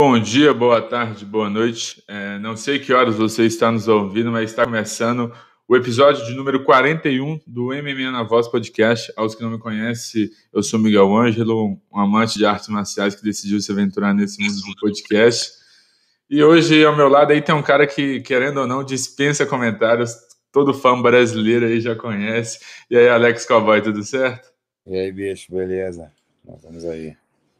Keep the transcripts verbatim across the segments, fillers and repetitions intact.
Bom dia, boa tarde, boa noite. É, não sei que horas você está nos ouvindo, mas está começando o episódio de número quarenta e um do M M A na Voz Podcast. Aos que não me conhecem, eu sou Miguel Ângelo, um amante de artes marciais que decidiu se aventurar nesse mundo do podcast. E hoje, ao meu lado, aí tem um cara que, querendo ou não, dispensa comentários. Todo fã brasileiro aí já conhece. E aí, Alex Cowboy, tudo certo? E aí, bicho, beleza? Nós vamos aí.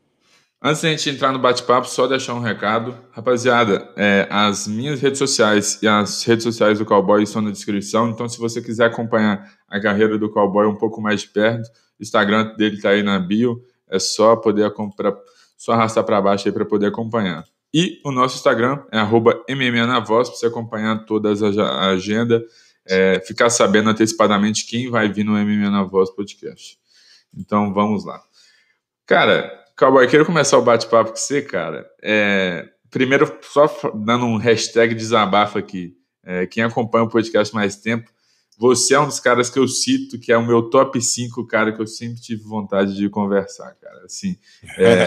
Antes da gente entrar no bate-papo, só deixar um recado. Rapaziada, é, as minhas redes sociais e as redes sociais do Cowboy estão na descrição, então se você quiser acompanhar a carreira do Cowboy um pouco mais de perto, o Instagram dele está aí na bio, é só poder comprar, só arrastar para baixo aí para poder acompanhar. E o nosso Instagram é arroba M M A na Voz, para você acompanhar todas as a agenda, é, ficar sabendo antecipadamente quem vai vir no M M A na Voz podcast. Então vamos lá. Cara, Cowboy, quero começar o bate-papo com você, cara. É, primeiro, só dando um hashtag desabafo aqui. É, quem acompanha o podcast mais tempo, você é um dos caras que eu cito, que é o meu top cinco cara que eu sempre tive vontade de conversar, cara. Assim, é,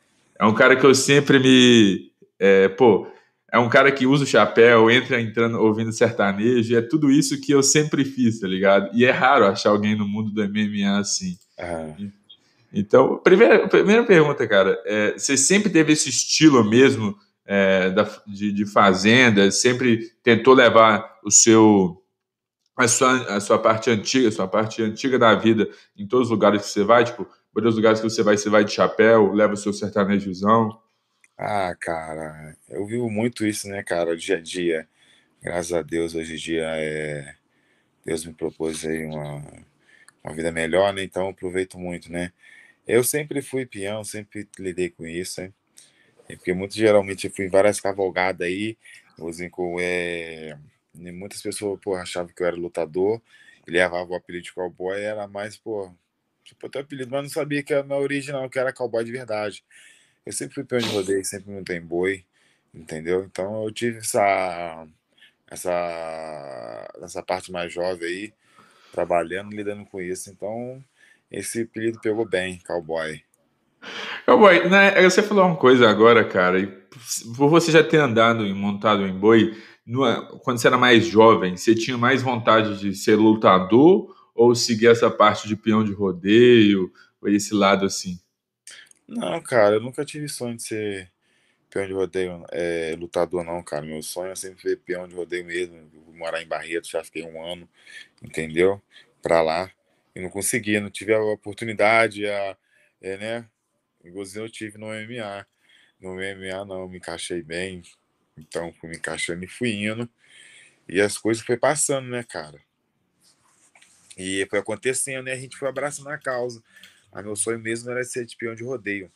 é um cara que eu sempre me... É, pô, é um cara que usa o chapéu, entra entrando, ouvindo sertanejo, e é tudo isso que eu sempre fiz, tá ligado? E é raro achar alguém no mundo do M M A assim. Ah, Então, primeira, primeira pergunta, cara, é, você sempre teve esse estilo mesmo é, da, de, de fazenda, sempre tentou levar o seu, a sua, a sua parte antiga, a sua parte antiga da vida em todos os lugares que você vai, tipo, por os lugares que você vai, você vai de chapéu, leva o seu sertanejozão. ah, cara, eu vivo muito isso, né, cara, dia a dia. Graças a Deus, hoje em dia, é... Deus me propôs aí uma, uma vida melhor, né, então eu aproveito muito, né. Eu sempre fui peão, sempre lidei com isso, né, porque muito geralmente eu fui em várias cavalgadas aí, assim, com, é... muitas pessoas, pô, achavam que eu era lutador, e levavam o apelido de cowboy, era mais, pô, tipo, até apelido, mas não sabia que era meu original, que era cowboy de verdade. Eu sempre fui peão de rodeio, sempre montei boi, entendeu? Então eu tive essa, essa, essa parte mais jovem aí, trabalhando, lidando com isso. Então esse apelido pegou bem, cowboy. Cowboy, né, você falou uma coisa agora, cara, e por você já ter andado e montado em boi, numa- quando você era mais jovem, você tinha mais vontade de ser lutador ou seguir essa parte de peão de rodeio, ou esse lado assim? Não, cara, eu nunca tive sonho de ser peão de rodeio, é, lutador, não, cara. Meu sonho é sempre ser peão de rodeio mesmo. Eu vou morar em Barretos, já fiquei um ano, entendeu? Pra lá. E não consegui, não tive a oportunidade, a, é, né? Igualzinho eu tive no M M A. No M M A não, eu me encaixei bem. Então fui me encaixando e fui indo. E as coisas foi passando, né, cara? E foi acontecendo e a gente foi abraçando a causa. Mas meu sonho mesmo era ser de peão de rodeio,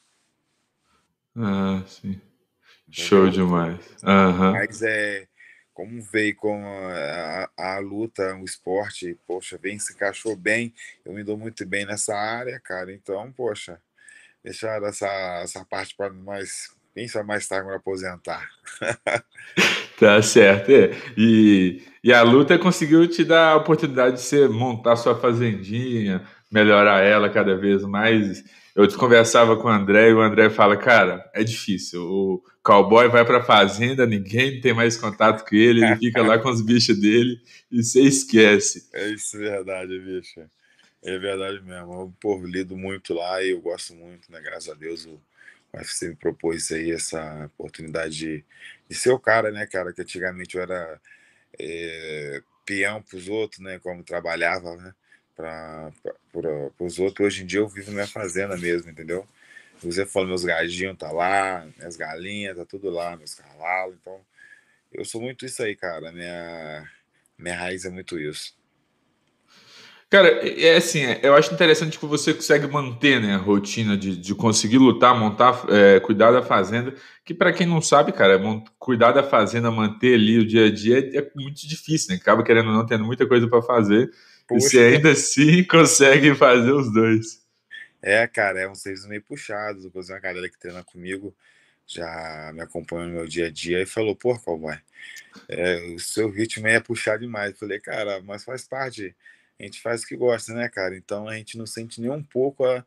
Ah, sim. Show entendeu? demais. Aham. Mas é como veio com a, a, a luta, o esporte, poxa, bem, se encaixou bem. Eu me dou muito bem nessa área, cara. Então, poxa, deixar essa, essa parte para mais. Quem sabe mais tarde me aposentar. Tá certo. É. E, e a luta conseguiu te dar a oportunidade de você montar sua fazendinha, melhorar ela cada vez mais. Eu conversava com o André e o André fala, cara, é difícil. O cowboy vai pra fazenda, ninguém tem mais contato com ele, ele fica lá com os bichos dele e você esquece. É isso, é verdade, bicho. É verdade mesmo. Eu, pô, lido muito lá e eu gosto muito, né? Graças a Deus o U F C me propôs aí essa oportunidade de, de ser o cara, né, cara? Que antigamente eu era é, peão pros outros, né? Como trabalhava, né? Para os outros. Hoje em dia eu vivo na minha fazenda mesmo, entendeu? Você falou, meus gadinhos tá lá, minhas galinhas, tá tudo lá, meus cavalos. Então, eu sou muito isso aí, cara. Minha, minha raiz é muito isso. Cara, é é assim, é- eu acho interessante que você consegue manter, né, a rotina de, de conseguir lutar, montar, é, cuidar da fazenda, que para quem não sabe, cara, mon- cuidar da fazenda, manter ali o dia a dia é, é muito difícil, né? Acaba querendo ou não tendo muita coisa para fazer, e você Poxa, ainda assim consegue fazer os dois. é, cara, é um serviço meio puxado. Inclusive, uma galera que treina comigo já me acompanha no meu dia a dia e falou: pô, cowboy, é, o seu ritmo aí é puxado demais. Eu falei, cara, mas faz parte. A gente faz o que gosta, né, cara? Então a gente não sente nem um pouco a,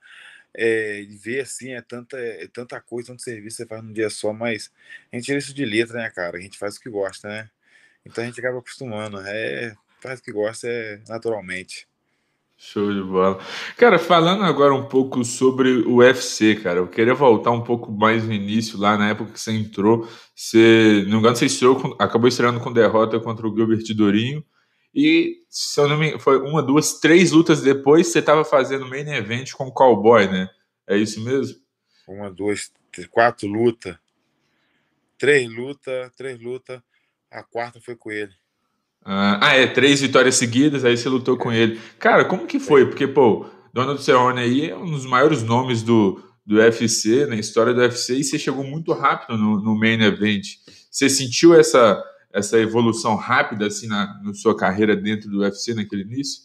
é, ver assim, é tanta, é tanta coisa, tanto serviço que você faz num dia só, mas a gente tira isso de letra, né, cara? A gente faz o que gosta, né? Então a gente acaba acostumando. É, faz o que gosta é, naturalmente. Show de bola. Cara, falando agora um pouco sobre o U F C, cara, eu queria voltar um pouco mais no início, lá na época que você entrou. Você, não me engano, você estreou com- acabou estreando com derrota contra o Gilbert Durinho. E, se eu não me engano, foi uma, duas, três lutas depois, você estava fazendo main event com o Cowboy, né? É isso mesmo? Uma, duas, três, quatro luta, três luta, três luta. A quarta foi com ele. Ah, ah, é, três vitórias seguidas, aí você lutou com É, ele. Cara, como que foi. foi? Porque, pô, Donald Cerrone aí é um dos maiores nomes do, do U F C, na história do U F C, e você chegou muito rápido no, no main event. Você sentiu essa, essa evolução rápida, assim, na, na sua carreira dentro do U F C naquele início?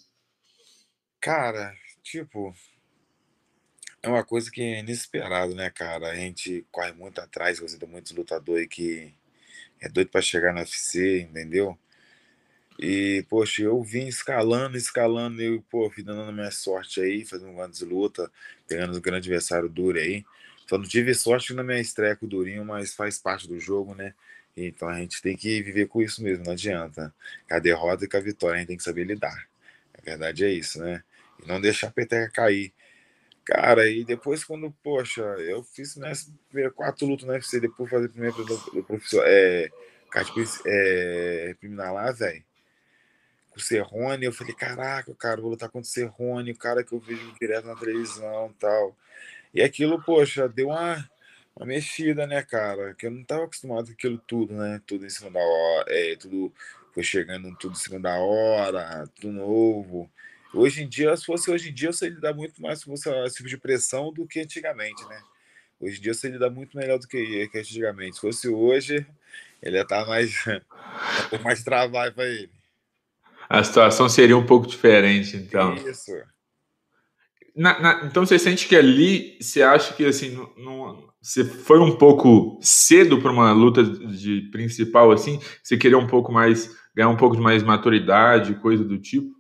Cara, tipo, é uma coisa que é inesperado, né, cara? A gente corre muito atrás, você tem muitos lutadores que é doido pra chegar no U F C, entendeu? E, poxa, eu vim escalando, escalando, e, pô, fui dando a minha sorte aí, fazendo grandes luta, pegando um grande adversário duro aí. Só não tive sorte na minha estreia com o Durinho, mas faz parte do jogo, né? Então a gente tem que viver com isso mesmo, não adianta. Com a derrota e com a vitória, a gente tem que saber lidar. A verdade é isso, né? E não deixar a peteca cair. Cara, e depois quando, poxa, eu fiz minhas primeiras quatro lutas no U F C, depois fazer primeiro do, do professor, é, card é, preliminar lá, velho, com o Cerrone, eu falei, caraca, cara, eu vou lutar contra o Cerrone, o cara que eu vejo direto na televisão e tal. E aquilo, poxa, deu uma, uma mexida, né, cara, que eu não tava acostumado com aquilo tudo, né, tudo em cima da hora, é, tudo foi chegando tudo em cima da hora, tudo novo. Hoje em dia, se fosse hoje em dia, eu sei lidar muito mais com esse tipo de pressão do que antigamente, né? Hoje em dia, eu sei lidar muito melhor do que, que antigamente. Se fosse hoje, ele ia estar mais, um pouco mais travado para ele. A situação seria um pouco diferente, então. Isso. Na- na- então você sente que ali você acha que assim não, não- você foi um pouco cedo para uma luta de principal assim? Você queria um pouco mais ganhar um pouco de mais maturidade, coisa do tipo?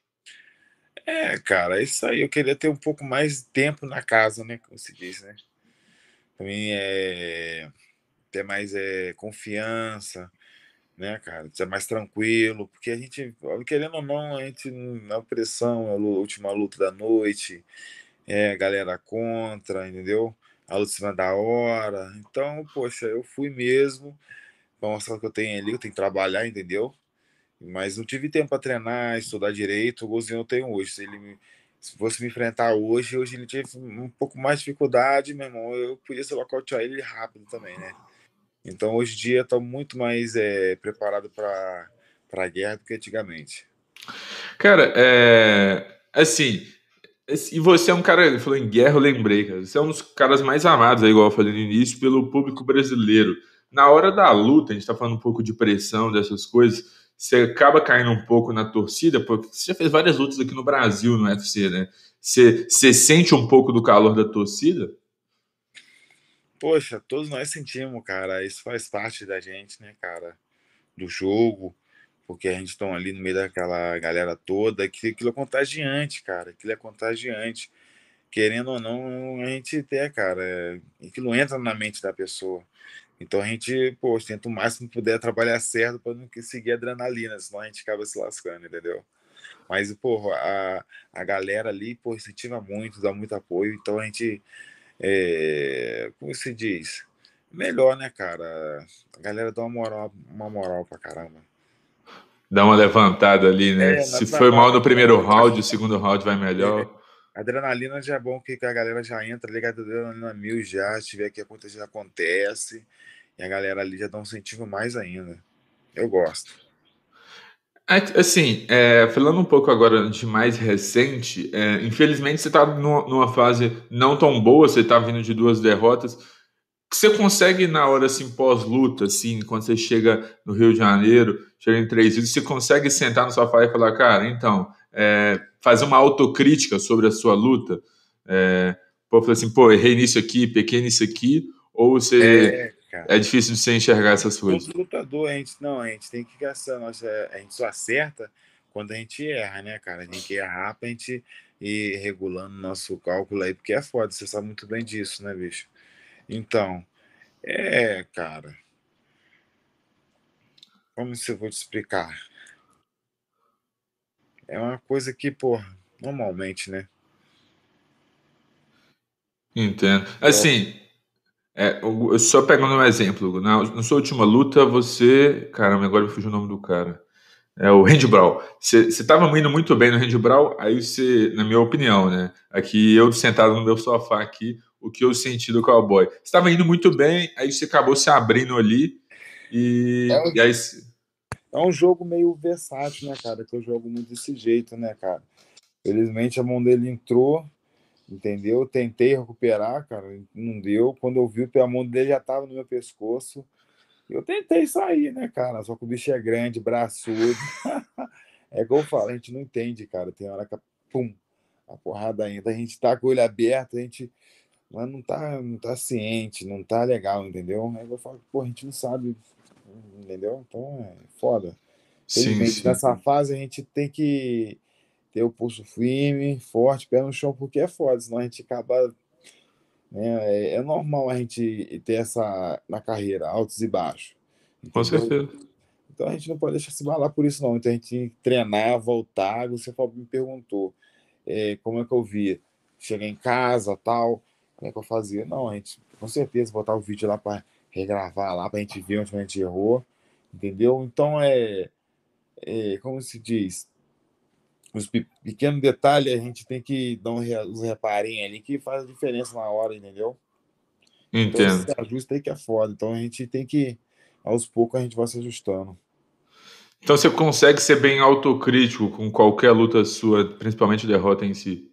É, cara, é isso aí. Eu queria ter um pouco mais de tempo na casa, né? Como se diz, né? Também é ter mais é, confiança, né, cara? Ser mais tranquilo, porque a gente, querendo ou não, a gente na pressão, a lu- última luta da noite, é, galera contra, entendeu? A luta em cima da hora. Então, poxa, eu fui mesmo pra mostrar o que eu tenho ali, eu tenho que trabalhar, entendeu? Mas não tive tempo para treinar, estudar direito, o golzinho eu tenho hoje. Se ele me- se fosse me enfrentar hoje, hoje ele teve um pouco mais de dificuldade, meu irmão. Eu podia ser nocautear ele rápido também, né? Então hoje em dia estou muito mais é, preparado para para a guerra do que antigamente. Cara, é assim, esse- e você é um cara, ele falou em guerra, eu lembrei, cara. Você é um dos caras mais amados, aí, igual eu falei no início, pelo público brasileiro. Na hora da luta, a gente tá falando um pouco de pressão, dessas coisas, você acaba caindo um pouco na torcida, porque você já fez várias lutas aqui no Brasil, no U F C, né? Você, você sente um pouco do calor da torcida? Poxa, todos nós sentimos, cara. Isso faz parte da gente, né, cara? Do jogo, porque a gente está ali no meio daquela galera toda, que aquilo é contagiante, cara. Aquilo é contagiante. Querendo ou não, a gente tem, cara, é, aquilo entra na mente da pessoa. Então a gente, pô, tenta o máximo que puder trabalhar certo para não seguir adrenalina, senão a gente acaba se lascando, entendeu? Mas, pô, a, a galera ali, pô, incentiva muito, dá muito apoio, então a gente, é, como se diz? Melhor, né, cara? A galera dá uma moral, uma moral pra caramba. Dá uma levantada ali, né? É, na, Se na, foi na mal hora no que primeiro a, round, o segundo round vai é, melhor. a adrenalina já é bom que a galera já entra, liga a adrenalina mil já, se tiver que acontecer, acontece. E a galera ali já dá um incentivo mais ainda. Eu gosto. É, assim, é, falando um pouco agora de mais recente, é, infelizmente você está numa fase não tão boa, você está vindo de duas derrotas. Você consegue, na hora assim, pós-luta, assim, quando você chega no Rio de Janeiro, chega em Três Rios, você consegue sentar no sofá e falar, cara, então, é, fazer uma autocrítica sobre a sua luta? É, pô, falar assim, pô, errei nisso aqui, pequei nisso aqui, ou você É, é cara. difícil de você enxergar essas Todo coisas? lutador, a gente não, a gente tem que gastar nossa, a gente só acerta quando a gente erra, né, cara? A gente tem que errar pra gente ir regulando nosso cálculo aí, porque é foda, você sabe muito bem disso, né, bicho? Então, é, cara, como se eu vou te explicar? É uma coisa que, porra, normalmente, né? Entendo. Só- Assim, é, eu- só pegando um exemplo, na, na sua última luta, você. Caramba, agora me fugiu o nome do cara. É o handball. Você estava indo muito bem no handball, aí você, na minha opinião, né? Aqui eu sentado no meu sofá aqui, o que eu senti do cowboy. Você estava indo muito bem, aí você acabou se abrindo ali É e, um, e aí. é um jogo meio versátil, né, cara? Que eu jogo muito desse jeito, né, cara? Felizmente a mão dele entrou, entendeu? Tentei recuperar, cara, não deu. Quando eu vi que a mão dele já tava no meu pescoço, eu tentei sair, né, cara? Só que o bicho é grande, braçudo. É igual eu falo, a gente não entende, cara. Tem hora que, pum, a porrada ainda. A gente tá com o olho aberto, a gente mas não tá, não tá ciente, não tá legal, entendeu? Aí eu falo, pô, a gente não sabe, entendeu? Então é foda. Sim, Felizmente, sim. nessa fase a gente tem que ter o pulso firme, forte, pé no chão, porque é foda, senão a gente acaba. Né, é, é normal a gente ter essa na carreira, altos e baixos, Com entendeu? certeza. Então a gente não pode deixar se balar por isso, não. Então a gente tem que treinar, voltar. Você falou- me perguntou é, como é que eu via. Chegar em casa, tal, como é que eu fazia? Não, a gente, com certeza, botar o vídeo lá para regravar lá, para a gente ver onde a gente errou, entendeu? Então é, é como se diz, os pe- pequenos detalhes a gente tem que dar um re- uns reparinhos ali que faz a diferença na hora, entendeu? Então esse Entendo. ajuste aí que é foda. Então a gente tem que, aos poucos, a gente vai se ajustando. Então você consegue ser bem autocrítico com qualquer luta sua, principalmente derrota em si.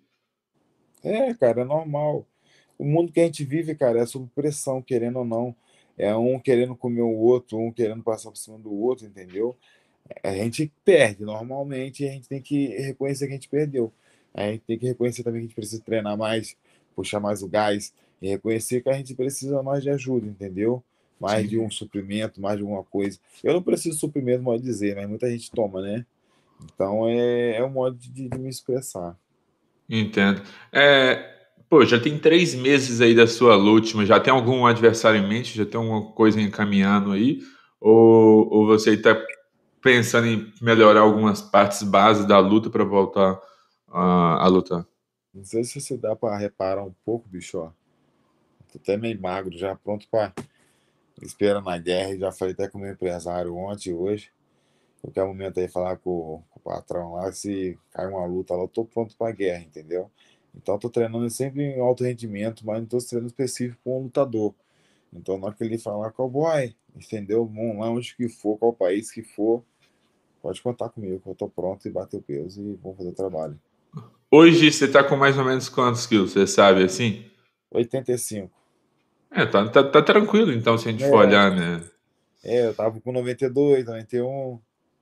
É, cara, é normal. O mundo que a gente vive, cara, é sob pressão, querendo ou não. É um querendo comer o outro, um querendo passar por cima do outro, entendeu? A gente perde normalmente e a gente tem que reconhecer que a gente perdeu. A gente tem que reconhecer também que a gente precisa treinar mais, puxar mais o gás e reconhecer que a gente precisa mais de ajuda, entendeu? Mais de Sim. um suprimento, mais de alguma coisa. Eu não preciso de suprimento, modo de dizer, mas muita gente toma, né? Então é, é um modo de, de me expressar. Entendo. É, pô, já tem três meses aí da sua última. Já tem algum adversário em mente? Já tem alguma coisa encaminhando aí? Ou, ou você está pensando em melhorar algumas partes básicas da luta para voltar a, a lutar? Não sei se você dá para reparar um pouco, bicho, ó. Tô até meio magro, já pronto para espera na guerra. Já falei até com o meu empresário ontem e hoje. Qualquer momento aí falar com, com o patrão lá, se cai uma luta lá, eu tô pronto pra guerra, entendeu? Então eu tô treinando sempre em alto rendimento, mas não tô treinando específico com um lutador. Então na hora que ele falar, cowboy, entendeu? Vamos lá onde que for, qual país que for, pode contar comigo, que eu tô pronto e bater o peso e vamos fazer o trabalho. Hoje você está com mais ou menos quantos quilos? Você sabe assim? oitenta e cinco. É, tá, tá, tá tranquilo então se a gente for É, olhar, né? é, eu tava com noventa e dois, noventa e um.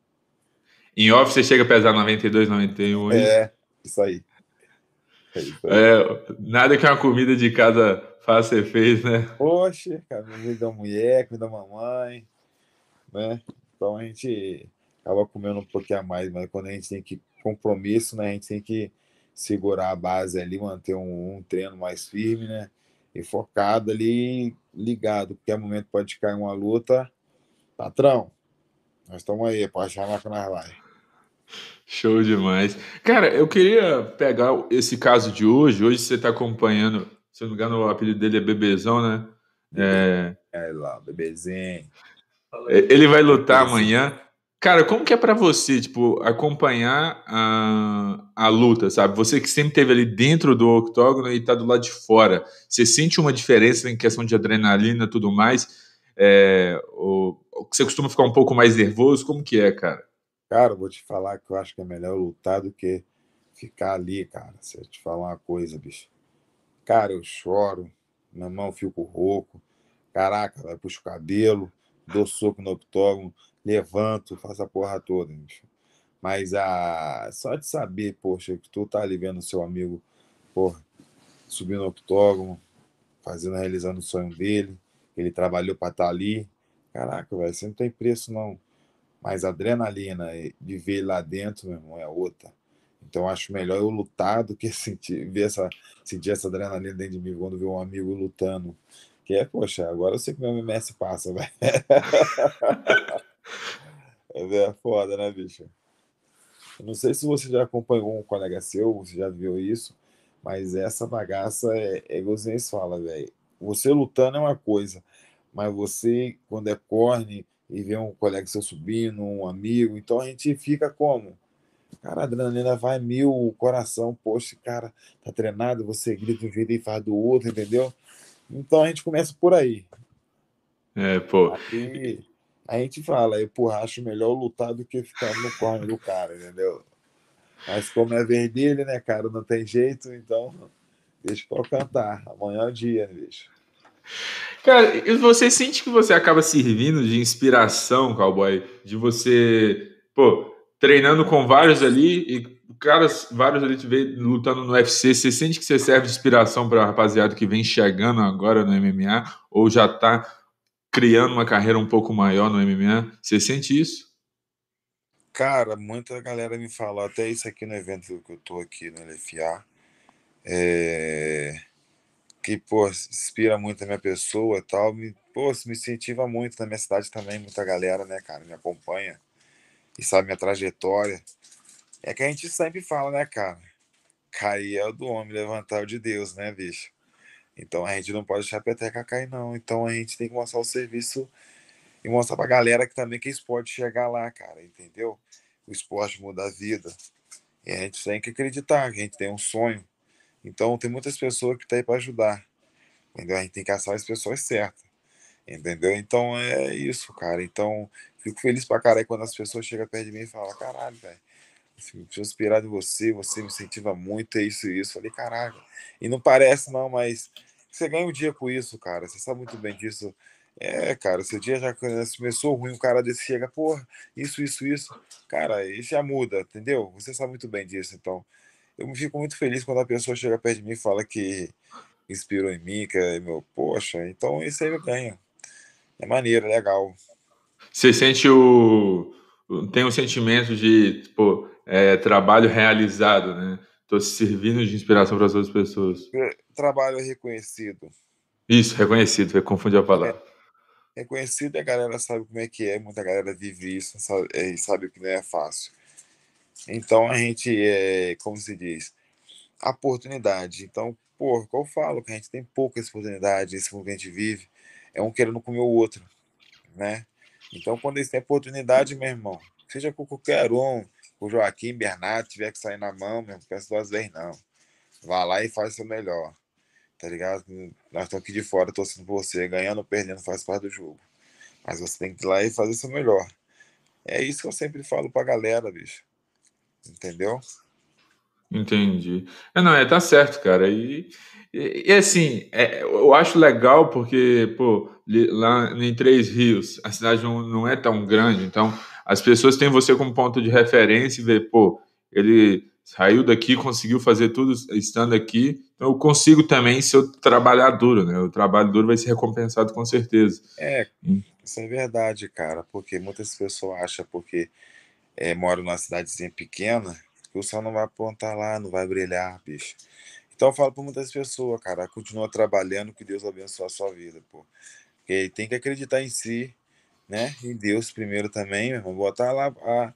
Em off você chega a pesar noventa e dois, noventa e um aí. É, isso aí. É isso aí. É, nada que uma comida de casa faça efeito, né? Poxa, cara, comida da mulher, comida da mamãe, né? Então a gente acaba comendo um pouquinho a mais, mas quando a gente tem que compromisso, né? A gente tem que segurar a base ali, manter um, um treino mais firme, né? E focado ali, ligado, porque a momento pode cair uma luta. Patrão, nós estamos aí, pode chamar que nós vai. Show demais. Cara, eu queria pegar esse caso de hoje. Hoje você está acompanhando, se eu não me engano, o apelido dele é Bebezão, né? Bebê, É, é lá, bebezinho. ele vai lutar Bebezinho. amanhã. Cara, como que é pra você, tipo, acompanhar a, a luta, sabe? Você que sempre esteve ali dentro do octógono e tá do lado de fora. Você sente uma diferença em questão de adrenalina e tudo mais? É, ou, ou você costuma ficar um pouco mais nervoso? Como que é, cara? Cara, eu vou te falar que eu acho que é melhor lutar do que ficar ali, cara. Se eu te falar uma coisa, bicho. Cara, eu choro, minha mão fico rouco. Caraca, vai puxo o cabelo, dou soco no octógono, levanto, faço a porra toda, bicho. Mas a... só de saber, poxa, que tu tá ali vendo o seu amigo, porra, subindo no octógono, fazendo, realizando o sonho dele, ele trabalhou pra estar ali. Caraca, velho, você não tem preço, não. Mas a adrenalina de ver ele lá dentro, meu irmão, é outra. Então, acho melhor eu lutar do que sentir, ver essa, sentir essa adrenalina dentro de mim quando ver um amigo lutando. Que é, poxa, agora eu sei que meu M M S passa, velho. É foda, né, bicho? Eu não sei se você já acompanhou um colega seu, você já viu isso, mas essa bagaça é, é igual vocês falam, velho. Você lutando é uma coisa, mas você, quando é corne e vê um colega seu subindo, um amigo, então a gente fica como? Cara, a adrenalina vai mil, o coração, poxa, cara, tá treinado, você grita de um jeito e faz do outro, entendeu? Então a gente começa por aí. É, pô. Aí a gente fala, eu, porra, acho melhor lutar do que ficar no corner do cara, entendeu? Mas como é verdelho, né, cara, não tem jeito, então deixa pra eu cantar. Amanhã é o dia, né, bicho? Cara, e você sente que você acaba servindo de inspiração, cowboy? De você, pô, treinando com vários ali e caras, vários ali te vê lutando no U F C. Você sente que você serve de inspiração pra rapaziada que vem chegando agora no M M A ou já tá criando uma carreira um pouco maior no M M A? Você sente isso? Cara, muita galera me fala, até isso aqui no evento que eu tô aqui no L F A, é, que, pô, inspira muito a minha pessoa e tal, me, pô, se me incentiva muito na minha cidade também, muita galera, né, cara, me acompanha e sabe minha trajetória. É que a gente sempre fala, né, cara, cair é o do homem, levantar é o de Deus, né, bicho? Então a gente não pode deixar a peteca cair, não. Então a gente tem que mostrar o serviço e mostrar pra galera que também que esse esporte chegar lá, cara, entendeu? O esporte muda a vida. E a gente tem que acreditar que a gente tem um sonho. Então tem muitas pessoas que estão aí para ajudar. Entendeu? A gente tem que achar as pessoas certas. Entendeu? Então é isso, cara. Então fico feliz pra caralho quando as pessoas chegam perto de mim e falam, caralho, velho. Fico inspirado em você, você me incentiva muito, é isso e isso. Falei, caralho. E não parece, não, mas você ganha um dia com isso, cara. Você sabe muito bem disso. É, cara, seu dia já começou ruim, um cara desse chega, porra, isso, isso, isso. Cara, isso já muda, entendeu? Você sabe muito bem disso, então. Eu me fico muito feliz quando a pessoa chega perto de mim e fala que inspirou em mim, que é meu, poxa, então isso aí eu ganho. É maneiro, é legal. Você sente o. o- Tem um sentimento de, pô, é, trabalho realizado, né? Tô servindo de inspiração para as outras pessoas. É, trabalho reconhecido. Isso, reconhecido, eu confundi a É, palavra. reconhecido, a galera sabe como é que é, muita galera vive isso sabe, é, e sabe que não é fácil. Então a gente, é, como se diz, a oportunidade. Então, pô, qual eu falo que a gente tem poucas oportunidades, esse mundo que a gente vive, é um querendo comer o outro, né? Então, quando eles têm oportunidade, meu irmão, seja com qualquer um, com o Joaquim, Bernardo, tiver que sair na mão, meu, peço duas vezes não. Vá lá e faz o seu melhor, tá ligado? Nós estamos aqui de fora torcendo por você, ganhando ou perdendo faz parte do jogo. Mas você tem que ir lá e fazer o seu melhor. É isso que eu sempre falo pra galera, bicho. Entendeu? Entendi. É, não, é, tá certo, cara. E, e, e, assim, é, eu acho legal porque, pô, li- lá em Três Rios, a cidade não, não é tão grande, então as pessoas têm você como ponto de referência e vê, pô, ele saiu daqui, conseguiu fazer tudo estando aqui, então eu consigo também se eu trabalhar duro, né? O trabalho duro vai ser recompensado com certeza. É, isso é verdade, cara. Porque muitas pessoas acham porque é, moram numa cidadezinha pequena que o sol não vai apontar lá, não vai brilhar, bicho. Então eu falo pra muitas pessoas, cara, continua trabalhando, que Deus abençoe a sua vida, pô. Porque tem que acreditar em si, né? Em Deus primeiro também, meu irmão. Botar lá a,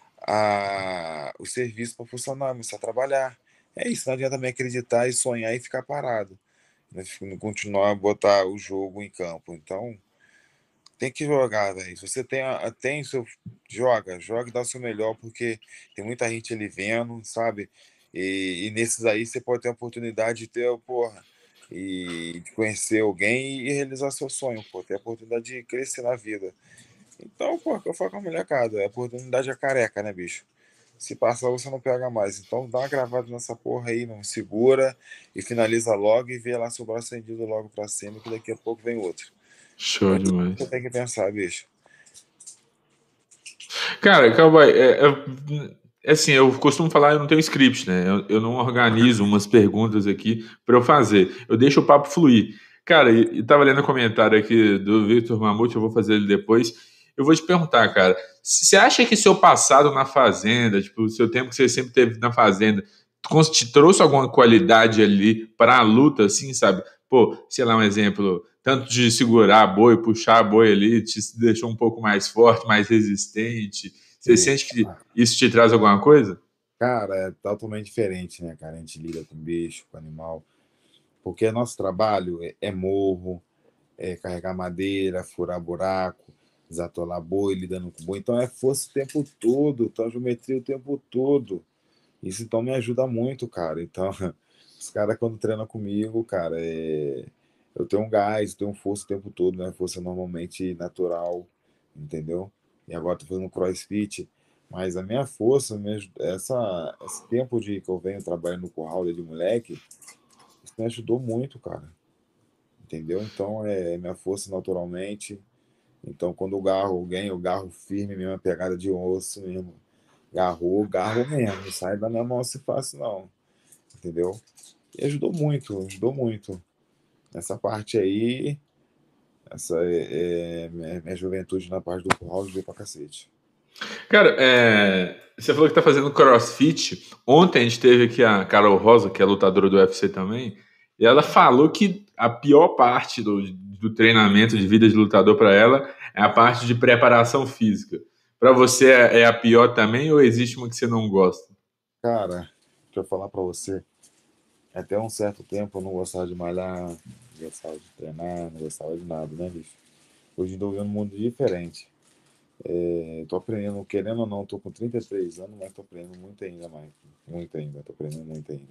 a, o serviço para funcionar, começar a trabalhar. É isso, não adianta também acreditar e sonhar e ficar parado. Né? Não continuar a botar o jogo em campo. Então, tem que jogar, velho. Se você tem, a, tem seu. Joga, joga e dá o seu melhor, porque tem muita gente ali vendo, sabe? E, e nesses aí você pode ter a oportunidade de ter, porra, e de conhecer alguém e realizar seu sonho, pô. Ter a oportunidade de crescer na vida. Então, pô, que eu falo com a molecada, a oportunidade é careca, né, bicho? Se passar, você não pega mais. Então dá uma gravada nessa porra aí, não segura e finaliza logo e vê lá seu braço estendido logo pra cima, que daqui a pouco vem outro. Show É isso que demais. você tem que pensar, bicho. Cara, cowboy, é, é- é assim, eu costumo falar, eu não tenho script, né? Eu, eu não organizo umas perguntas aqui para eu fazer. Eu deixo o papo fluir. Cara, e, e tava lendo um comentário aqui do Victor Mamute, eu vou fazer ele depois. Eu vou te perguntar, cara, você acha que seu passado na fazenda, tipo, o seu tempo que você sempre teve na fazenda, te trouxe alguma qualidade ali para a luta, assim, sabe? Pô, sei lá, um exemplo, tanto de segurar boi, puxar boi ali, te deixou um pouco mais forte, mais resistente. Você E, sente que isso te traz alguma coisa? cara, é totalmente diferente, né, cara? A gente lida com bicho, com animal. Porque nosso trabalho é, é morro, é carregar madeira, furar buraco, desatolar boi, lidando com boi. Então é força o tempo todo, então geometria o tempo todo. Isso então me ajuda muito, cara. Então, os caras quando treinam comigo, cara, é... eu tenho um gás, eu tenho força o tempo todo, né? Força normalmente natural, entendeu? E agora tô fazendo crossfit, mas a minha força, minha... essa... esse tempo de que eu venho trabalhando no curral de moleque, isso me ajudou muito, cara. Entendeu? Então é minha força naturalmente. Então quando eu garro alguém, eu garro firme mesmo, a pegada de osso mesmo. Garrou, garro mesmo. Não sai da minha mão assim fácil, não. Entendeu? E ajudou muito, ajudou muito. Nessa parte aí, essa é, é minha, minha juventude na parte do curral veio pra cacete. Cara, é, você falou que tá fazendo CrossFit. Ontem a gente teve aqui a Carol Rosa, que é lutadora do U F C também, e ela falou que a pior parte do, do treinamento de vida de lutador para ela é a parte de preparação física. Para você é é a pior também ou existe uma que você não gosta? Cara, deixa eu falar pra você. Até um certo tempo eu não gostava de malhar, não gostava de treinar, não gostava de nada, né, bicho? Hoje em dia eu vivo num mundo diferente. É, tô aprendendo, querendo ou não, tô com trinta e três anos, mas tô aprendendo muito ainda, mais. Muito ainda, tô aprendendo muito ainda.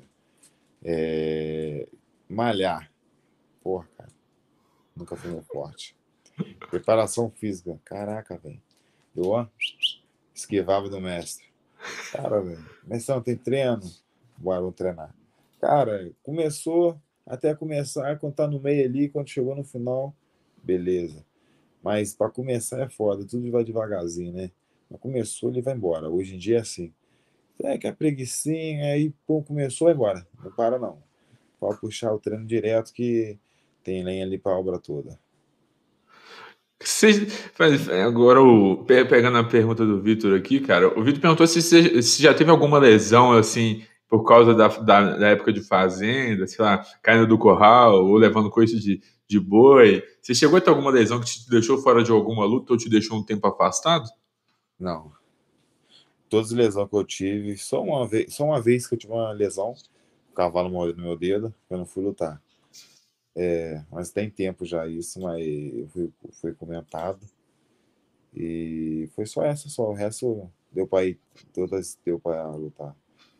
É, malhar, porra, cara, nunca fui muito forte. Preparação física, caraca, velho. Eu, ó, esquivava do mestre. Cara, velho, mestrão, tem treino? Bora, vou treinar. Cara, começou, até começar, quando tá no meio ali, quando chegou no final, beleza. Mas para começar é foda, tudo vai devagarzinho, né? Mas começou, ele vai embora. Hoje em dia é assim. É que a preguicinha, aí, pô, começou, vai embora. Não para, não. Pode puxar o treino direto que tem lenha ali pra obra toda. Você, faz- agora, o, pe- pegando a pergunta do Vitor aqui, cara, o Vitor perguntou se você se já teve alguma lesão, assim, por causa da, da, da época de fazenda, sei lá, caindo do curral ou levando coisa de, de boi. Você chegou a ter alguma lesão que te deixou fora de alguma luta ou te deixou um tempo afastado? Não. Todas as lesões que eu tive, só uma vez, só uma vez que eu tive uma lesão, o cavalo morreu no meu dedo, eu não fui lutar. É, mas tem tempo já isso, mas foi, foi comentado. E foi só essa só, o resto deu pra ir, todas deu pra lutar.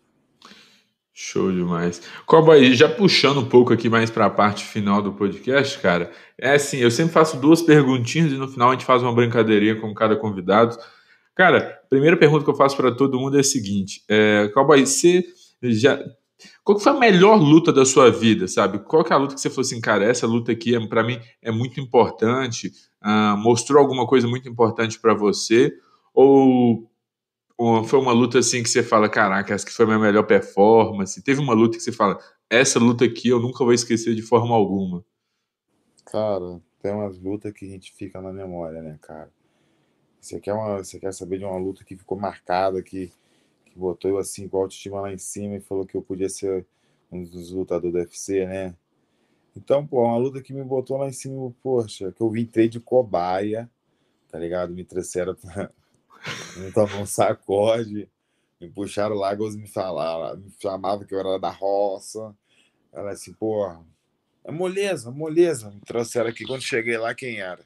Show demais. Cowboy, já puxando um pouco aqui mais para a parte final do podcast, cara, é assim, eu sempre faço duas perguntinhas e no final a gente faz uma brincadeirinha com cada convidado. Cara, a primeira pergunta que eu faço para todo mundo é a seguinte: é, Cowboy, você já. Qual que foi a melhor luta da sua vida, sabe? Qual que é a luta que você falou assim, cara, essa luta aqui é, para mim é muito importante, ah, mostrou alguma coisa muito importante para você? Ou ou foi uma luta assim que você fala, caraca, essa que foi a minha melhor performance? Teve uma luta que você fala, essa luta aqui eu nunca vou esquecer de forma alguma. Cara, tem umas lutas que a gente fica na memória, né, cara? Você quer, uma, você quer saber de uma luta que ficou marcada, que, que botou eu assim com a autoestima lá em cima e falou que eu podia ser um dos lutadores do U F C, né? Então, pô, uma luta que me botou lá em cima, poxa, que eu entrei de cobaia, tá ligado? Me trouxeram pra me tomar um sacode, me puxaram lá, igual me falaram, me chamavam que eu era da roça. Ela assim, pô, é moleza, moleza. Me trouxeram aqui, quando cheguei lá, quem era?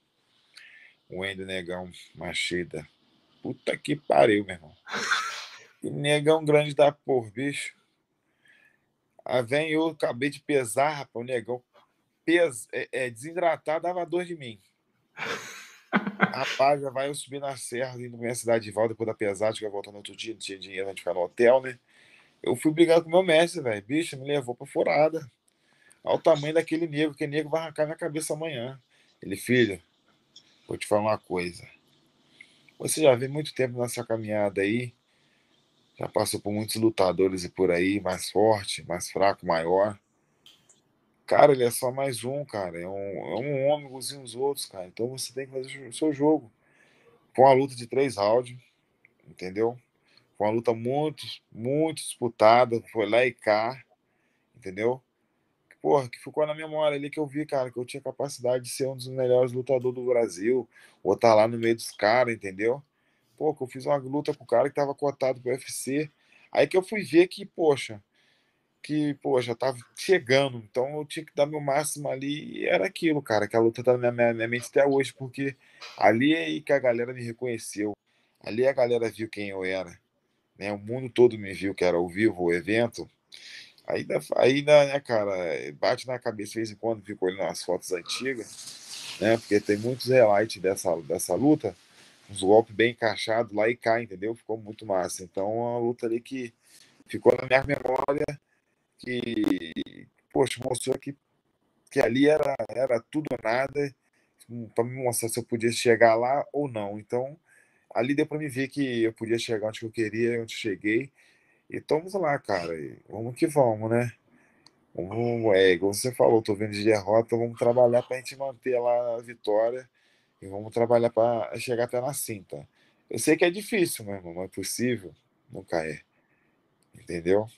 O Wendel Negão Machida. Puta que pariu, meu irmão. Que negão grande da porra, bicho. Aí vem eu, acabei de pesar, rapaz, o negão pes, é, é, desidratado, dava dor de mim. Rapaz, já vai eu subir na serra, indo pra minha cidade de volta, depois da pesagem, que eu ia voltar no outro dia, não tinha dinheiro, a gente ficar no hotel, né? Eu fui brigar com o meu mestre, velho. Bicho, me levou pra furada. Olha o tamanho daquele negro, que negro vai arrancar minha cabeça amanhã. Ele, filho, vou te falar uma coisa. Você já vê muito tempo nessa caminhada aí, já passou por muitos lutadores e por aí, mais forte, mais fraco, maior. Cara, ele é só mais um, cara. É um, é um homem igualzinho os outros, cara. Então você tem que fazer o seu jogo. Foi uma luta de três rounds, entendeu? Foi uma luta muito, muito disputada. Foi lá e cá, entendeu? Porra, que ficou na memória ali que eu vi, cara, que eu tinha capacidade de ser um dos melhores lutadores do Brasil, ou estar lá no meio dos caras, entendeu? Pô, que eu fiz uma luta com o cara que tava cotado pro U F C. Aí que eu fui ver que, poxa, que, pô, já tava chegando, então eu tinha que dar meu máximo ali, e era aquilo, cara, que a luta tá na minha, minha, minha mente até hoje, porque ali é aí que a galera me reconheceu, ali a galera viu quem eu era, né? O mundo todo me viu que era ao vivo o evento. Aí, dá- aí dá, né, cara, bate na cabeça de vez em quando, fico olhando as fotos antigas, né? Porque tem muitos highlights dessa, dessa luta, uns golpes bem encaixados lá e cá, entendeu? Ficou muito massa. Então, é uma luta ali que ficou na minha memória, que, poxa, mostrou que, que ali era, era tudo ou nada, para me mostrar se eu podia chegar lá ou não. Então, ali deu para me ver que eu podia chegar onde eu queria, onde eu cheguei. E vamos lá, cara. E vamos que vamos, né? Vamos, é, igual você falou, tô vendo de derrota, vamos trabalhar pra gente manter lá a vitória e vamos trabalhar para chegar até na cinta. Eu sei que é difícil, meu irmão, não é possível, nunca é, entendeu?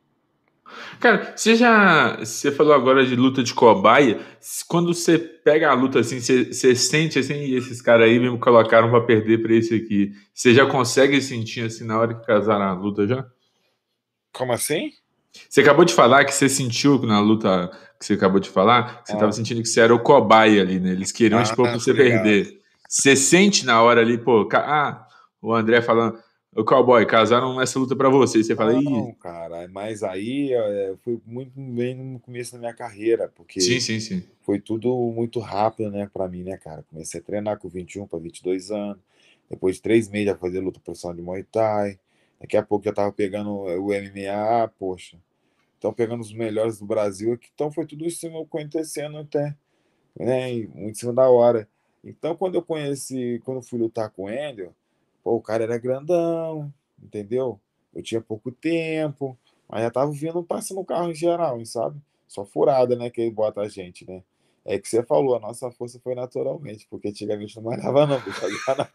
Cara, você já. Você falou agora de luta de cobaia. Quando você pega a luta assim, você, você sente assim, "Ih, esses caras aí me colocaram pra perder pra esse aqui." Você já consegue sentir assim na hora que casaram a luta já? Como assim? Você acabou de falar que você sentiu na luta que você acabou de falar, que você estava Ah, sentindo que você era o cobaia ali, né? Eles queriam te pôr ah, pra tô você ligado. perder. Você sente na hora ali, pô, ca- ah, o André falando, o cowboy, casaram essa luta pra você. E você fala, ih, Não, cara, mas aí é, foi muito bem no começo da minha carreira, sim, porque sim, sim. foi tudo muito rápido, né, pra mim, né, cara? Comecei a treinar com vinte e um para vinte e dois anos, depois de três meses já fazia luta profissional de Muay Thai, daqui a pouco já tava pegando o M M A, poxa, estão pegando os melhores do Brasil aqui, então foi tudo isso acontecendo até, né, e muito em cima da hora. Então, quando eu conheci, quando eu fui lutar com o Hélio, pô, o cara era grandão, entendeu? Eu tinha pouco tempo, mas já tava vindo passando o carro em geral, sabe? Só furada, né, que ele bota a gente, né? É que você falou, a nossa força foi naturalmente, porque antigamente não malhava não, bicho, agora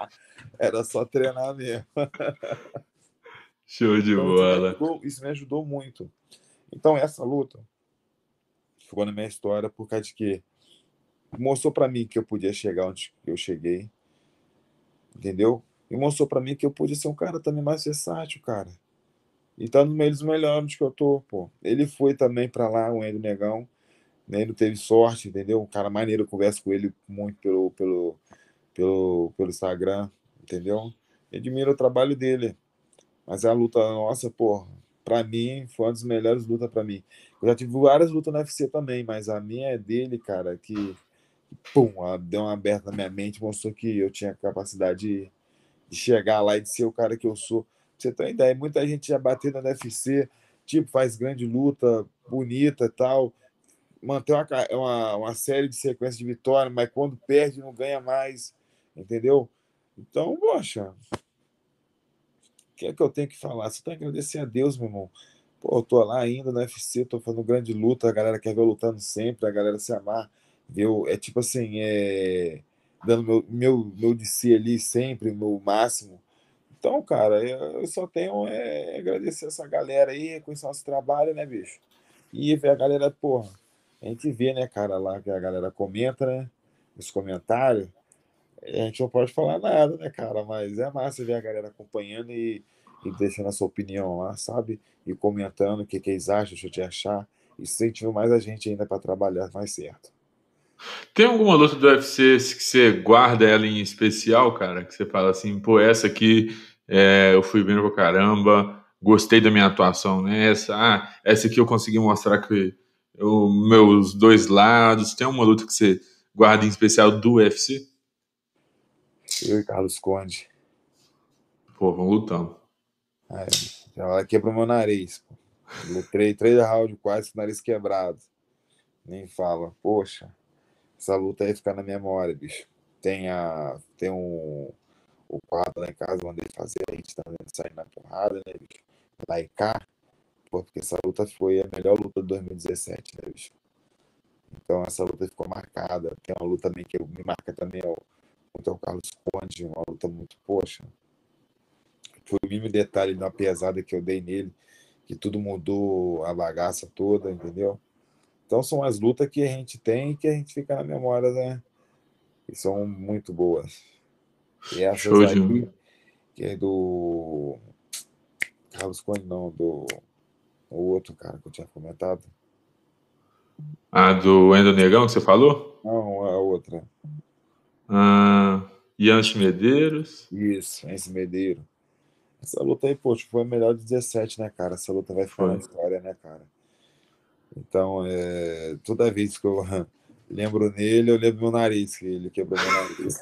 era só treinar mesmo. Show de Então isso me bola. ajudou, isso me ajudou muito. Então essa luta ficou na minha história por causa de que mostrou pra mim que eu podia chegar onde eu cheguei, entendeu? E mostrou pra mim que eu podia ser um cara também mais versátil, cara. E tá no meio dos melhores que eu tô, pô. Ele foi também pra lá, o Endo Negão, né? Ele não teve sorte, entendeu? Um cara maneiro, eu converso com ele muito pelo, pelo, pelo, pelo Instagram, entendeu? Eu admiro o trabalho dele. Mas a luta nossa, pô, pra mim, foi uma das melhores lutas pra mim. Eu já tive várias lutas no U F C também, mas a minha é dele, cara, que, pum, ela deu uma aberta na minha mente, mostrou que eu tinha capacidade de, de chegar lá e de ser o cara que eu sou. Pra você ter uma ideia, muita gente já bateu no U F C, tipo, faz grande luta, bonita e tal, mantém uma, ca- uma, uma série de sequências de vitória, mas quando perde não ganha mais, entendeu? Então, poxa, o que é que eu tenho que falar? Você tem que agradecer a Deus, meu irmão. Pô, eu tô lá ainda no U F C, tô fazendo grande luta, a galera quer ver eu lutando sempre, a galera se amar, ver eu- é tipo assim, é, dando meu, meu, meu de si ali sempre, o meu máximo. Então, cara, eu eu só tenho é, agradecer essa galera aí, reconhecer nosso trabalho, né, bicho? E ver a galera, porra, a gente vê, né, cara, lá que a galera comenta, né, nos comentários, a gente não pode falar nada, né, cara? Mas é massa ver a galera acompanhando e, e deixando a sua opinião lá, sabe? E comentando o que, que eles acham, deixa eu te achar. Isso incentiva mais a gente ainda para trabalhar mais certo. Tem alguma luta do U F C que você guarda ela em especial, cara? Que você fala assim, pô, essa aqui é, eu fui bem pra caramba, gostei da minha atuação nessa. Ah, essa aqui eu consegui mostrar que eu, meus dois lados. Tem uma luta que você guarda em especial do U F C? Eu e Carlos Conde. Pô, vamos lutando. Aí, já quebrou meu nariz. Pô. Lutei três rounds quase com o nariz quebrado. Nem fala. Poxa, essa luta aí fica na memória, bicho. Tem, a, tem um, o quadro lá em casa, mandei fazer, a gente tá vendo sair na porrada, né, bicho? Lá em cá. Pô, porque essa luta foi a melhor luta de dois mil e dezessete, né, bicho? Então essa luta ficou marcada. Tem uma luta também que me marca também, ó. contra o Carlos Conde, uma luta muito, poxa, foi o mínimo detalhe da pesada que eu dei nele, que tudo mudou, a bagaça toda, entendeu? Então são as lutas que a gente tem e que a gente fica na memória, né? E são muito boas. E essas Show de. aí, que é do Carlos Conde, não, do o outro cara que eu tinha comentado. A do Endo Negão que você falou? Não, a outra. Ah, Yancho Medeiros. Isso, Ence Medeiro. Essa luta aí, poxa, foi a melhor de dezessete, né, cara? Essa luta vai ficar na Foi. história, né, cara? Então, é, toda vez que eu lembro nele, eu lembro meu nariz, que ele quebrou meu nariz.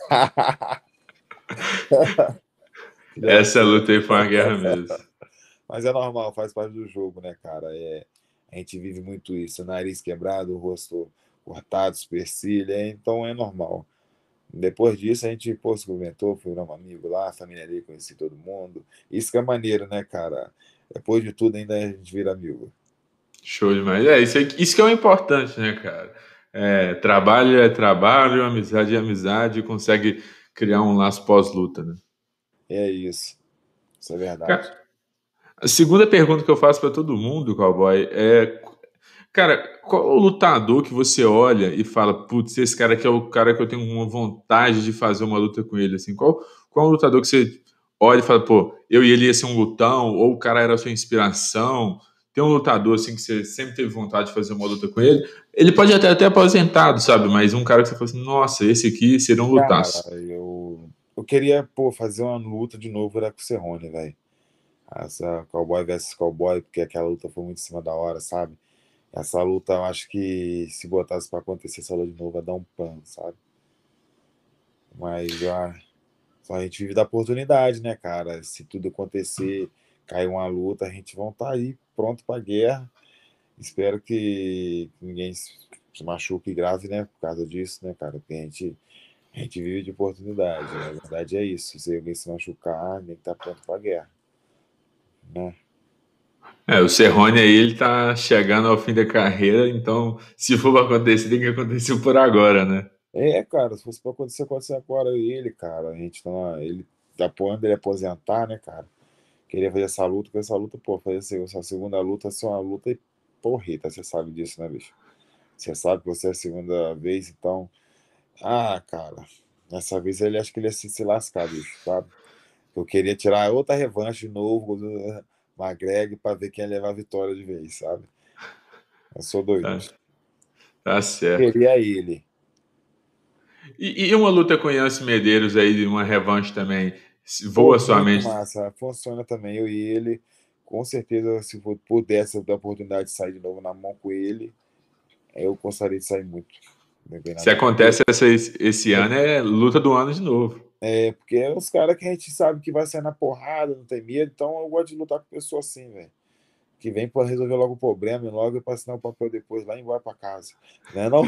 Filha da Essa luta puta. aí foi uma guerra mesmo. Mas é normal, faz parte do jogo, né, cara? É, a gente vive muito isso. Nariz quebrado, rosto cortado, supercílio, é, então é normal. Depois disso, a gente, pô, se comentou, foi um amigo lá, a família ali, conheci todo mundo. Isso que é maneiro, né, cara? Depois de tudo, ainda a gente vira amigo. Show demais. É, isso, aí, isso que é o importante, né, cara? É, trabalho é trabalho, amizade é amizade, consegue criar um laço pós-luta, né? É isso. Isso é verdade. Ca- A segunda pergunta que eu faço para todo mundo, cowboy, é, cara, qual é o lutador que você olha e fala, putz, esse cara aqui é o cara que eu tenho uma vontade de fazer uma luta com ele, assim? Qual, qual é o lutador que você olha e fala, pô, eu e ele ia ser um lutão, ou o cara era a sua inspiração? Tem um lutador, assim, que você sempre teve vontade de fazer uma luta com ele? Ele pode até até aposentado, sabe? Mas um cara que você fala assim, nossa, esse aqui seria um Cara, lutaço. eu, eu queria, pô, fazer uma luta de novo era com o Cerrone, velho. Essa Cowboy versus Cowboy, porque aquela luta foi muito em cima da hora, sabe? Essa luta, eu acho que se botasse pra acontecer essa luta de novo, ia dar um pano, sabe? Mas ah, só a gente vive da oportunidade, né, cara? Se tudo acontecer, cair uma luta, a gente vai estar aí pronto pra guerra. Espero que ninguém se se machuque grave, né, por causa disso, né, cara? Porque a gente, a gente vive de oportunidade. A verdade é isso. Se alguém se machucar, tem que estar pronto pra guerra, né? É, o Cerrone aí, ele tá chegando ao fim da carreira, então, se for pra acontecer, tem que acontecer por agora, né? É, cara, se fosse pra acontecer, acontecer agora ele, cara. A gente tá, ele tá apoiando ele aposentar, né, cara? Queria fazer essa luta, com essa luta, pô, fazer essa essa segunda luta, ser uma luta e porreta, você sabe disso, né, bicho? Você sabe que você é a segunda vez, então. Ah, cara, dessa vez ele acho que ele ia se, se lascar, bicho, sabe? Eu queria tirar outra revanche de novo do McGregor pra ver quem ia levar a vitória de vez, sabe? Eu sou doido, Tá, bicho. tá certo. Queria ele. E, e uma luta com o Yancy Medeiros aí, uma revanche também, se Pô, voa sua muito mente. massa. Funciona também, eu e ele. Com certeza, se eu pudesse ter a oportunidade de sair de novo na mão com ele, eu gostaria de sair muito. Não tem Se nada acontece essa, esse ano, é luta do ano de novo. É, porque é os caras que a gente sabe que vai sair na porrada, não tem medo, então eu gosto de lutar com pessoa assim, velho. Que vem pra resolver logo o problema e logo pra assinar o papel depois lá e vai pra casa. Né não?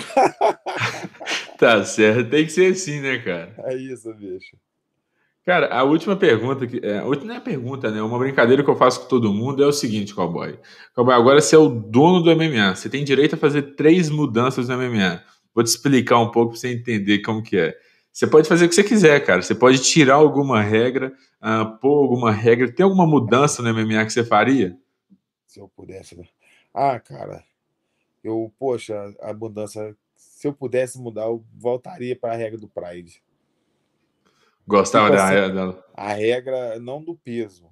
Tá certo, tem que ser assim, né, cara? É isso, bicho. Cara, a última pergunta, que, é, a última não é pergunta, né? Uma brincadeira que eu faço com todo mundo é o seguinte, cowboy. Cowboy, agora você é o dono do M M A. Você tem direito a fazer três mudanças no M M A. Vou te explicar um pouco pra você entender como que é. Você pode fazer o que você quiser, cara. Você pode tirar alguma regra, ah, pôr alguma regra. Tem alguma mudança no M M A que você faria? Se eu pudesse. Né? Ah, cara, eu, poxa, a mudança. Se eu pudesse mudar, eu voltaria para a regra do Pride. Gostava Tipo assim, da, da... a regra não do peso,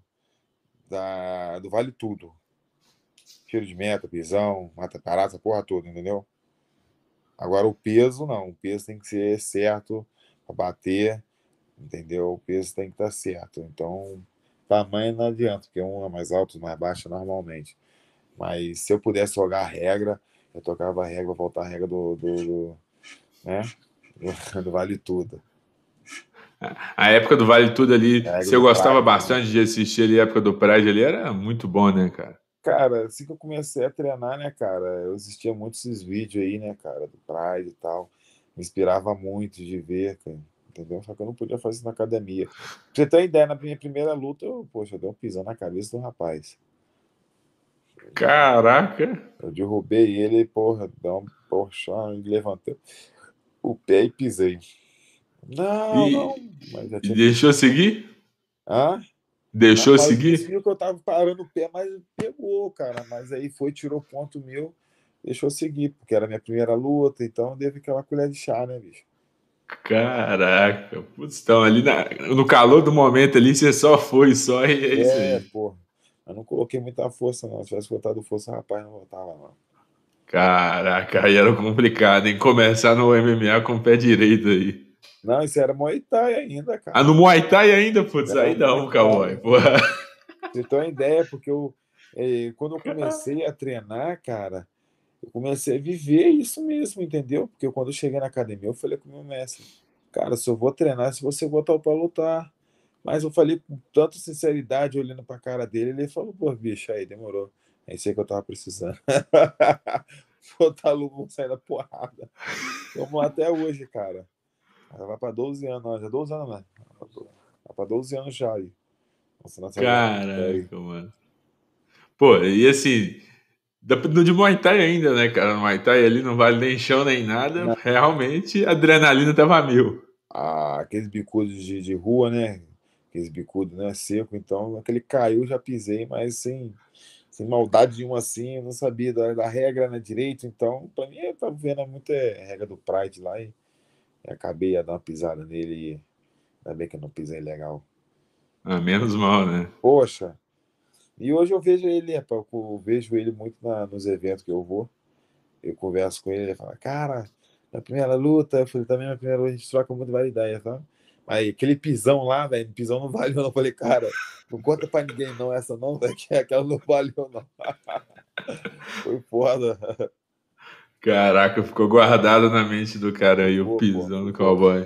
da, do vale tudo. Tiro de meta, pisão, mata parada, essa porra toda, entendeu? Agora o peso não, o peso tem que ser certo para bater, entendeu? O peso tem que estar certo. Então, tamanho não adianta, porque um é mais alto, mais baixo normalmente. Mas se eu pudesse jogar a regra, eu tocava a regra, voltar a regra do, do, do né? Do, do vale tudo. A época do Vale Tudo ali, A regra você do gostava Pride, né? bastante de assistir ali a época do Pride ali, era muito bom, né, cara? Cara, assim que eu comecei a treinar, né, cara, eu assistia muito esses vídeos aí, né, cara, do Pride e tal. Me inspirava muito de ver, cara, entendeu? Só que eu não podia fazer isso na academia. Pra você ter uma ideia, na minha primeira luta, eu, poxa, eu dei um pisão na cabeça do rapaz. Caraca! Eu derrubei ele, porra, dei um porchão, levantei o pé e pisei. Não, E, não, mas já e tinha deixou pedido. seguir? Ah, Deixou rapaz, o bicho seguir? viu que eu tava parando o pé, mas pegou, cara. Mas aí foi, tirou ponto meu, deixou eu seguir, porque era a minha primeira luta, então deve aquela colher de chá, né, bicho? Caraca, putz, então ali na- no calor do momento ali, você só foi, só e é isso É, aí. pô. Eu não coloquei muita força, não. Se tivesse botado força, rapaz, não voltava, não. Caraca, aí era complicado, hein? Começar no M M A com o pé direito aí. Não, isso era Muay Thai ainda, Ah, cara. no Muay Thai ainda, putz, Era aí Muay não, cowboy. Thai. Porra. Você tem uma ideia, porque eu, eh, quando eu comecei a treinar, cara, eu comecei a viver isso mesmo, entendeu? Porque quando eu cheguei na academia, eu falei com o meu mestre, cara, se eu vou treinar, se você botar pra lutar. Mas eu falei com tanta sinceridade, olhando pra cara dele, ele falou, pô, bicho, aí, demorou. É isso aí que eu tava precisando. Botar luva, vamos sair da porrada. Vamos lá até hoje, cara. Ela vai pra doze anos, não, já doze anos, né? Vai pra doze anos já aí. Nossa, nossa, aí. Caraca, mano. Pô, e assim, da- no de Muay Thai ainda, né, cara? No Muay Thai ali não vale nem chão nem nada. Realmente, a adrenalina tava mil. Ah, aqueles bicudos de, de rua, né? Aqueles bicudos, né? Seco, então aquele caiu, já pisei, mas sem, sem maldade nenhuma assim, eu não sabia da, da regra né, direito, então, pra mim, eu tava vendo muito é, regra do Pride lá e, e acabei a dar uma pisada nele e ainda bem que eu não pisei legal. Ah, menos mal, né? Poxa, e hoje eu vejo ele, rapaz, eu vejo ele muito na- nos eventos que eu vou, eu converso com ele, ele fala, cara, na primeira luta, eu falei, também na primeira luta a gente troca muito várias ideias, tá? Aí aquele pisão lá, velho, pisão não valeu, não. Eu falei, cara, não conta pra ninguém não essa não, velho, que aquela não valeu, não. Foi foda. Caraca, ficou guardado na mente do cara aí, o Ficou, pô, pisão do ficou. cowboy.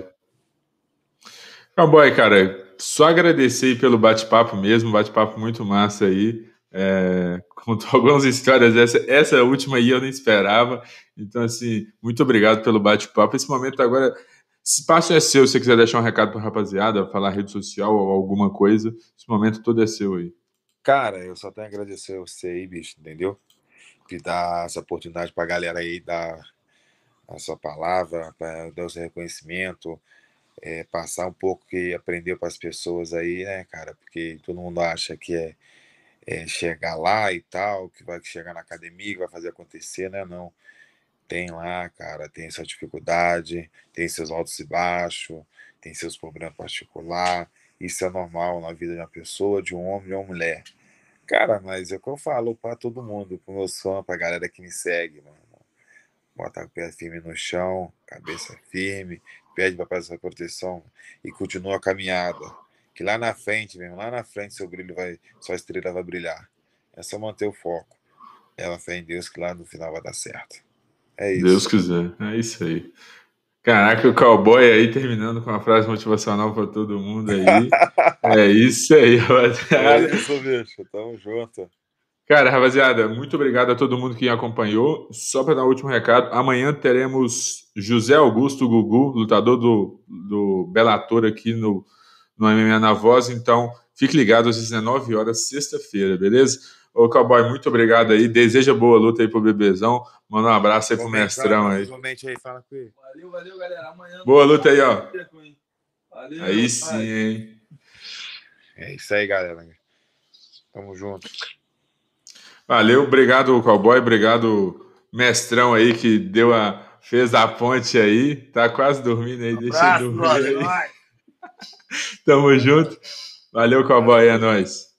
Cowboy, cara, só agradecer aí pelo bate-papo mesmo, bate-papo muito massa aí. É, contou algumas histórias, essa, essa última aí eu não esperava. Então, assim, muito obrigado pelo bate-papo. Esse momento agora, esse espaço é seu, se você quiser deixar um recado pra rapaziada, falar rede social ou alguma coisa, esse momento todo é seu aí. Cara, eu só tenho a agradecer a você aí, bicho, entendeu? Que dá essa oportunidade pra galera aí dar a sua palavra, pra dar o seu reconhecimento, é, passar um pouco que aprendeu para as pessoas aí, né, cara? Porque todo mundo acha que é, é chegar lá e tal, que vai chegar na academia, que vai fazer acontecer, né? Não. Tem lá, cara, tem sua dificuldade, tem seus altos e baixos, tem seus problemas particulares. Isso é normal na vida de uma pessoa, de um homem e de uma mulher. Cara, mas é o que eu falo pra todo mundo, pro meu fãs, pra galera que me segue, mano. Bota o pé firme no chão, cabeça firme, pede pra essa proteção e continua a caminhada. Que lá na frente, mesmo, lá na frente, seu brilho vai, sua estrela vai brilhar. É só manter o foco. Ela fé em Deus que lá no final vai dar certo. É Deus isso. quiser, é isso aí. Caraca, o cowboy aí terminando com uma frase motivacional para todo mundo aí. É isso aí, É rapaziada. isso, bicho. Tamo junto. Cara, rapaziada, muito obrigado a todo mundo que acompanhou. Só para dar um último recado, amanhã teremos José Augusto Gugu, lutador do, do Bellator aqui no, no M M A na Voz. Então, fique ligado às dezenove horas, sexta-feira, beleza? Ô, cowboy, muito obrigado aí. Deseja boa luta aí pro bebezão. Manda um abraço aí pro Igualmente, fala mestrão com, aí. igualmente aí, fala com ele. Valeu, valeu, galera. Amanhã. Boa luta aí, ó. Valeu, Aí sim, pai. hein? É isso aí, galera. Tamo junto. Valeu, obrigado, cowboy, obrigado, mestrão aí que deu a fez a ponte aí, tá quase dormindo aí, deixa ele Abraço, dormir brother. aí. Nós. Tamo junto. Valeu, cowboy, é nóis.